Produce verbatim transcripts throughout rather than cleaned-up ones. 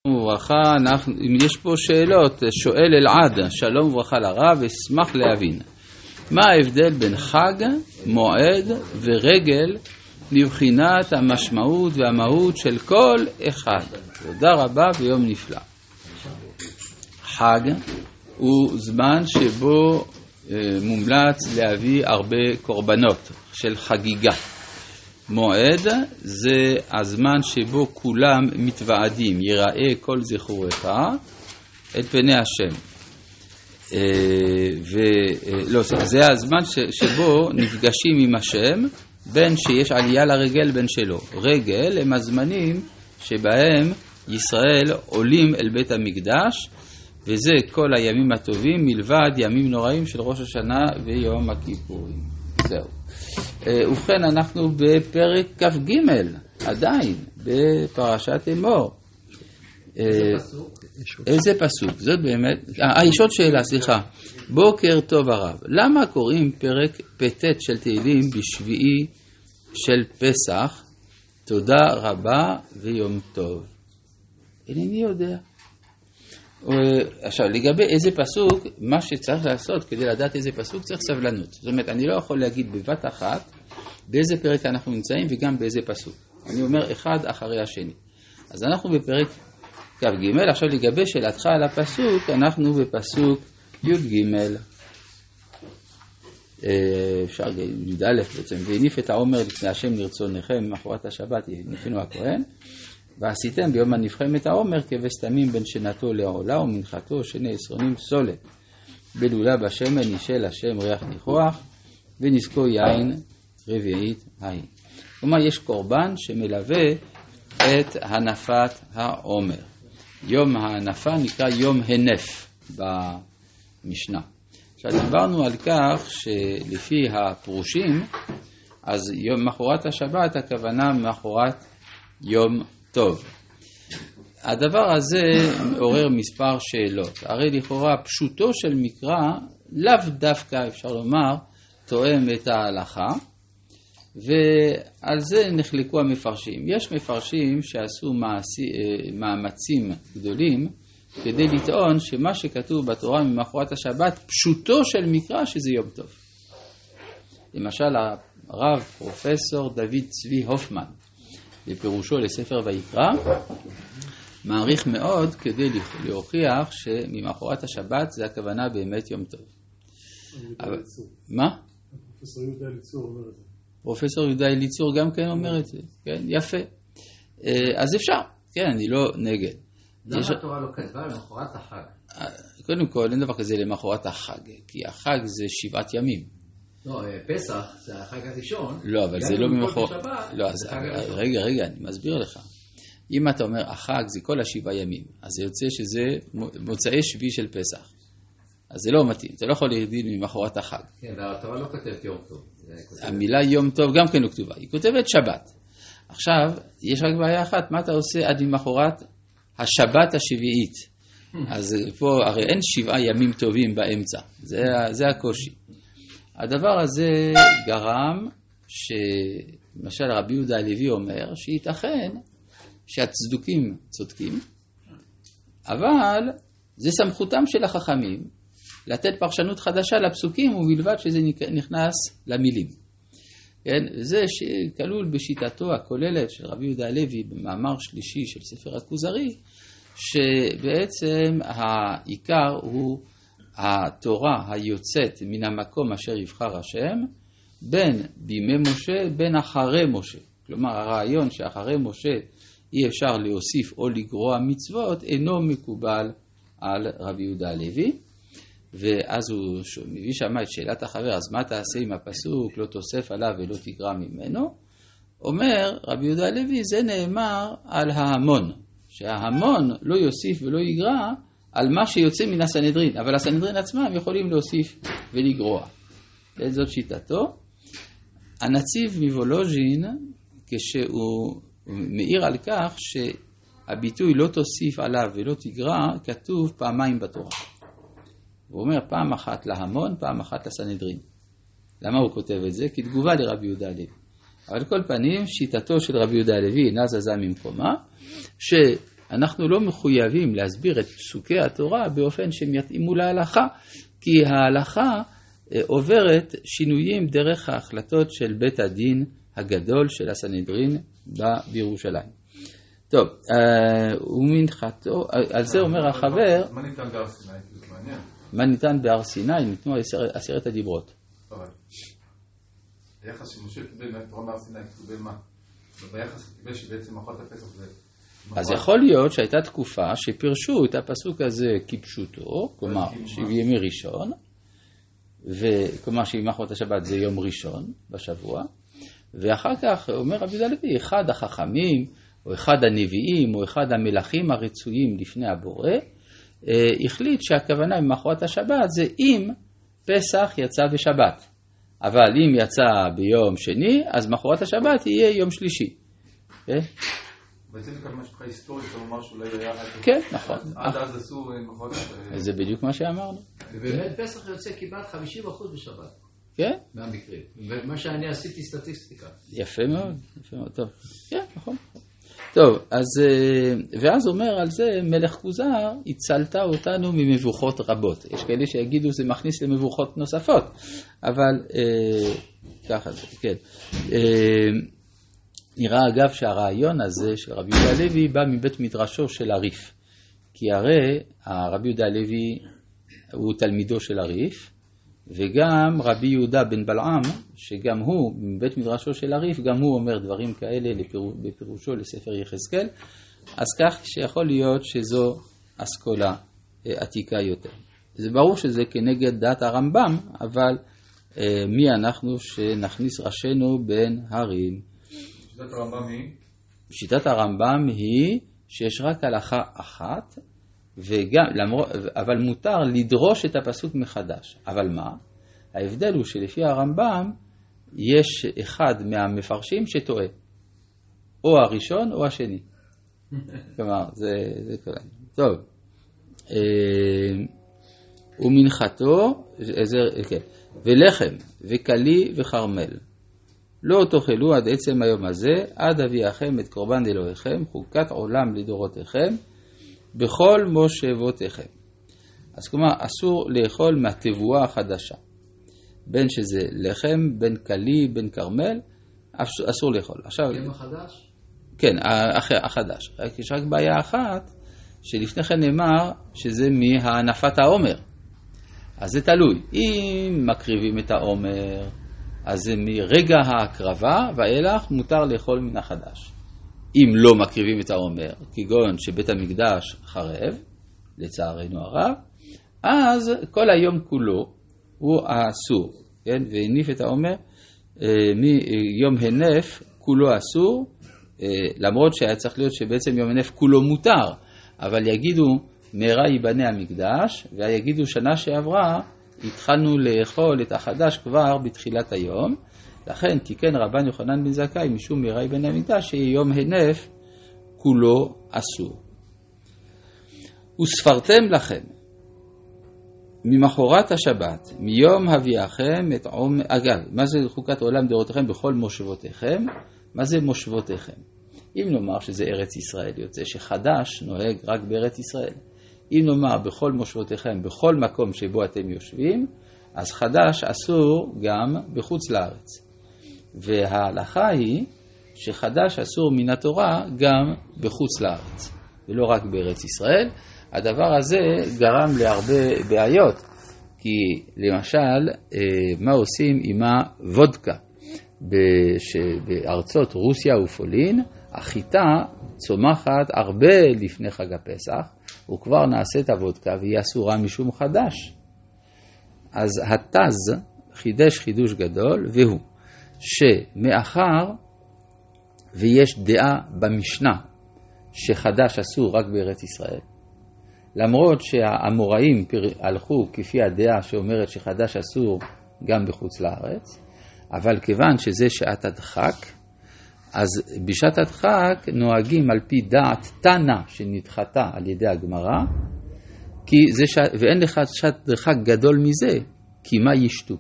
וברכה, אנחנו, אם יש פה שאלות, שואל אלעד, שלום וברכה לרב, אשמח להבין. מה ההבדל בין חג, מועד ורגל מבחינת המשמעות והמהות של כל אחד? תודה רבה ויום נפלא. חג הוא זמן שבו אה, מומלץ להביא הרבה קורבנות של חגיגה. מועד זה הזמן שבו כולם מתוועדים, יראה כל זכורך את פני השם. ולא, זה הזמן שבו נפגשים עם השם, בין שיש עלייה לרגל בין שלו. רגל הם הזמנים שבהם ישראל עולים אל בית המקדש, וזה כל הימים הטובים מלבד ימים נוראים של ראש השנה ויום הכיפורים. זהו. ובכן, אנחנו בפרק כף ג' עדיין בפרשת אמור. איזה פסוק? זאת באמת. אה, יש עוד שאלה, סליחה. בוקר טוב הרב. למה קוראים פרק פ"ט של תהילים בשביעי של פסח? תודה רבה ויום טוב. אינני יודע. עכשיו, לגבי איזה פסוק, מה שצריך לעשות כדי לדעת איזה פסוק צריך סבלנות. זאת אומרת, אני לא יכול להגיד בבת אחת באיזה פרק אנחנו נמצאים וגם באיזה פסוק. אני אומר אחד אחרי השני. אז אנחנו בפרק כף ג'. עכשיו לגבי שאלתך על הפסוק, אנחנו בפסוק י' ג'. אפשר י' א' בעצם. והניף את העומר לפני השם לרצונכם, מאחורת השבת יניפנו הכהן. ועשיתם ביום הנבחם את העומר כבש תמים בין שנתו לעולה ומנחתו שני עשרונים סולת. בלולה בשמן נשאל השם ריח ניחוח ונזקו יין רביעית העין. כלומר יש קורבן שמלווה את הנפת העומר. יום ההנפה נקרא יום הנף במשנה. עכשיו דיברנו על כך שלפי הפרושים, אז יום מאחורת השבת הכוונה מאחורת יום טוב. הדבר הזה מעורר מספר שאלות. הרי לכאורה פשוטו של מקרא לאו דווקא אפשר לומר תואם את ההלכה, ועל זה נחלקו המפרשים. יש מפרשים שעשו מעשי, מאמצים גדולים כדי לטעון שמה שכתוב בתורה ממאחורת השבת פשוטו של מקרא שזה יום טוב. למשל הרב פרופסור דוד צבי הופמן בפירושו לספר ויקרא מעריך מאוד כדי להוכיח שממאחורת השבת זה הכוונה באמת יום טוב. מה? פרופסור יהודה אליצור אומר את זה. פרופסור יהודה אליצור גם כן אומר את זה. כן, יפה. אז אפשר. כן, אני לא נגד. למה התורה לא כתבה למאחורת החג? קודם כל, אין דבר כזה למאחורת החג, כי החג זה שבעת ימים. לא, פסח זה החג הראשון. לא, אבל זה לא ממאחורת. לא, אז רגע, רגע, אני מסביר לך. אם אתה אומר החג זה כל השבעה ימים, אז זה יוצא שזה מוצאי שביעי של פסח. אז זה לא מתאים, אתה לא יכול להרדיל ממאחורת החג. כן, והתורה לא כותבת יום טוב. המילה יום טוב גם כן לא כתובה, היא כותבת שבת. עכשיו, יש רק בעיה אחת, מה אתה עושה עד ממאחורת השבת השביעית? אז פה הרי אין שבעה ימים טובים באמצע, זה, זה הקושי. הדבר הזה גרם שלמשל רבי יהודה הלוי אומר שייתכן שהצדוקים צודקים, אבל זה סמכותם של החכמים לתת פרשנות חדשה לפסוקים ובלבד שזה נכנס למילים. כן? זה שכלול בשיטתו הכוללת של רבי יהודה הלוי במאמר שלישי של ספר הכוזרי, שבעצם העיקר הוא התורה היוצאת מן המקום אשר יבחר השם, בין בימי משה, בין אחרי משה. כלומר, הרעיון שאחרי משה אי אפשר להוסיף או לגרוע מצוות, אינו מקובל על רבי יהודה הלוי. ואז הוא מביא שם את שאלת החבר, אז מה תעשה עם הפסוק, לא תוסף עליו ולא תגרע ממנו? אומר רבי יהודה הלוי, זה נאמר על ההמון, שההמון לא יוסיף ולא יגרע, על מה שיוצא מן הסנהדרין, אבל הסנהדרין עצמם יכולים להוסיף ולגרוע. זאת שיטתו. הנציב מוולוז'ין, כשהוא מאיר על כך שהביטוי לא תוסיף עליו ולא תגרע, כתוב פעמיים בתורה. הוא אומר פעם אחת להמון, פעם אחת לסנהדרין. למה הוא כותב את זה? כתגובה לרבי יהודה הלוי. אבל כל פנים, שיטתו של רבי יהודה הלוי אינה זזה ממקומה, ש... אנחנו לא מחויבים להסביר את פסוקי התורה באופן שהם יתאימו להלכה, כי ההלכה עוברת שינויים דרך ההחלטות של בית הדין הגדול של הסנהדרין בירושלים. טוב, ומנחתו, על זה אומר החבר, מה ניתן בהר סיני? מעניין. מה ניתן בהר סיני? ניתנו עשרת הדיברות. היחס שמשה קיבל מהתורה בהר סיני, קיבל מה? ביחס קיבל שבעצם אכולת הפסח זה... אז יכול להיות שהייתה תקופה שפרשו את הפסוק הזה כפשוטו, כלומר ימי ראשון, וכלומר שימי אחרות השבת זה יום ראשון בשבוע, ואחר כך אומר רבי יהודה הלוי, אחד החכמים, או אחד הנביאים, או אחד המלכים הרצויים לפני הבורא, החליט שהכוונה עם אחרות השבת זה אם פסח יצא בשבת. אבל אם יצא ביום שני, אז מחרת השבת יהיה יום שלישי. בעצם כאן מה שלך היסטורית, אתה אומר שאולי היה... כן, נכון. עד אז עשו מחרת... זה בדיוק מה שאמרנו. ובאמת פסח יוצא כמעט חמישים אחוז בשבת. כן? מהמקרים. ומה שאני עשיתי סטטיסטיקה. יפה מאוד, יפה מאוד. טוב, כן, נכון. טוב, אז, ואז אומר על זה, מלך כוזר, הצלת אותנו ממבוכות רבות. יש כאלה שיגידו, זה מכניס למבוכות נוספות, אבל אה, ככה זה, כן. אה, נראה אגב שהרעיון הזה של רבי יהודה הלוי בא מבית מדרשו של הריף. כי הרי הרבי יהודה הלוי הוא תלמידו של הריף, וגם רבי יהודה בן בלעם, שגם הוא מבית מדרשו של הריף, גם הוא אומר דברים כאלה בפירושו לספר יחזקאל, אז כך שיכול להיות שזו אסכולה עתיקה יותר. זה ברור שזה כנגד דת הרמב"ם, אבל מי אנחנו שנכניס ראשנו בין הרים? שיטת הרמב"ם היא? שיטת הרמב"ם היא שיש רק הלכה אחת, וגם, למרות, אבל מותר לדרוש את הפסוק מחדש. אבל מה? ההבדל הוא שלפי הרמב"ם יש אחד מהמפרשים שטועה. או הראשון או השני. כלומר, זה, זה כל העניין. טוב. ומנחתו, זה, כן. ולחם, וקלי וחרמל. לא תאכלו עד עצם היום הזה, עד אביאכם את קורבן אלוהיכם, חוקת עולם לדורותיכם, בכל מושבותיכם. אז כלומר, אסור לאכול מהתבואה החדשה. בין שזה לחם, בין קלי, בין קרמל, אסור לאכול. עכשיו, גם החדש? כן, החדש. יש רק בעיה אחת, שלפני כן נאמר שזה מהנפת העומר. אז זה תלוי. אם מקריבים את העומר, אז זה מרגע ההקרבה, ואילך מותר לאכול מן החדש. אם לא מקריבים את העומר, כגון שבית המקדש חרב, לצערנו הרב, אז כל היום כולו הוא אסור, כן? והניף את העומר, מיום הנף כולו אסור, למרות שהיה צריך להיות שבעצם יום הנף כולו מותר, אבל יגידו מהרה ייבנה המקדש, ויגידו שנה שעברה התחלנו לאכול את החדש כבר בתחילת היום, לכן תיקן רבן יוחנן בן זכאי משום מהרה ייבנה המקדש שיום הנף כולו אסור. וספרתם לכם ממחרת השבת מיום הביאכם את עומר, אגב, מה זה חוקת עולם דורותיכם בכל מושבותיכם? מה זה מושבותיכם? אם נאמר שזה ארץ ישראל, יוצא שחדש נוהג רק בארץ ישראל. אם נאמר בכל מושבותיכם, בכל מקום שבו אתם יושבים, אז חדש אסור גם בחוץ לארץ. וההלכה היא שחדש אסור מן התורה גם בחוץ לארץ, ולא רק בארץ ישראל. הדבר הזה גרם להרבה בעיות, כי למשל, מה עושים עם הוודקה? בארצות רוסיה ופולין, החיטה צומחת הרבה לפני חג הפסח, וכבר נעשית הוודקה והיא אסורה משום חדש. אז התז חידש חידוש גדול, והוא שמאחר ויש דעה במשנה שחדש אסור רק בארץ ישראל, למרות שהאמוראים הלכו כפי הדעה שאומרת שחדש אסור גם בחוץ לארץ, אבל כיוון שזה שעת הדחק, אז בשעת הדחק נוהגים על פי דעת תנא שנדחתה על ידי הגמרא, כי זה ש... ואין לך שעת דחק גדול מזה, כי מה ישתו?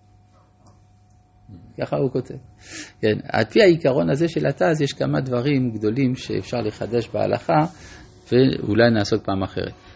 ככה הוא כותב. כן, על פי העיקרון הזה של התז יש כמה דברים גדולים שאפשר לחדש בהלכה, ואולי נעסוק פעם אחרת.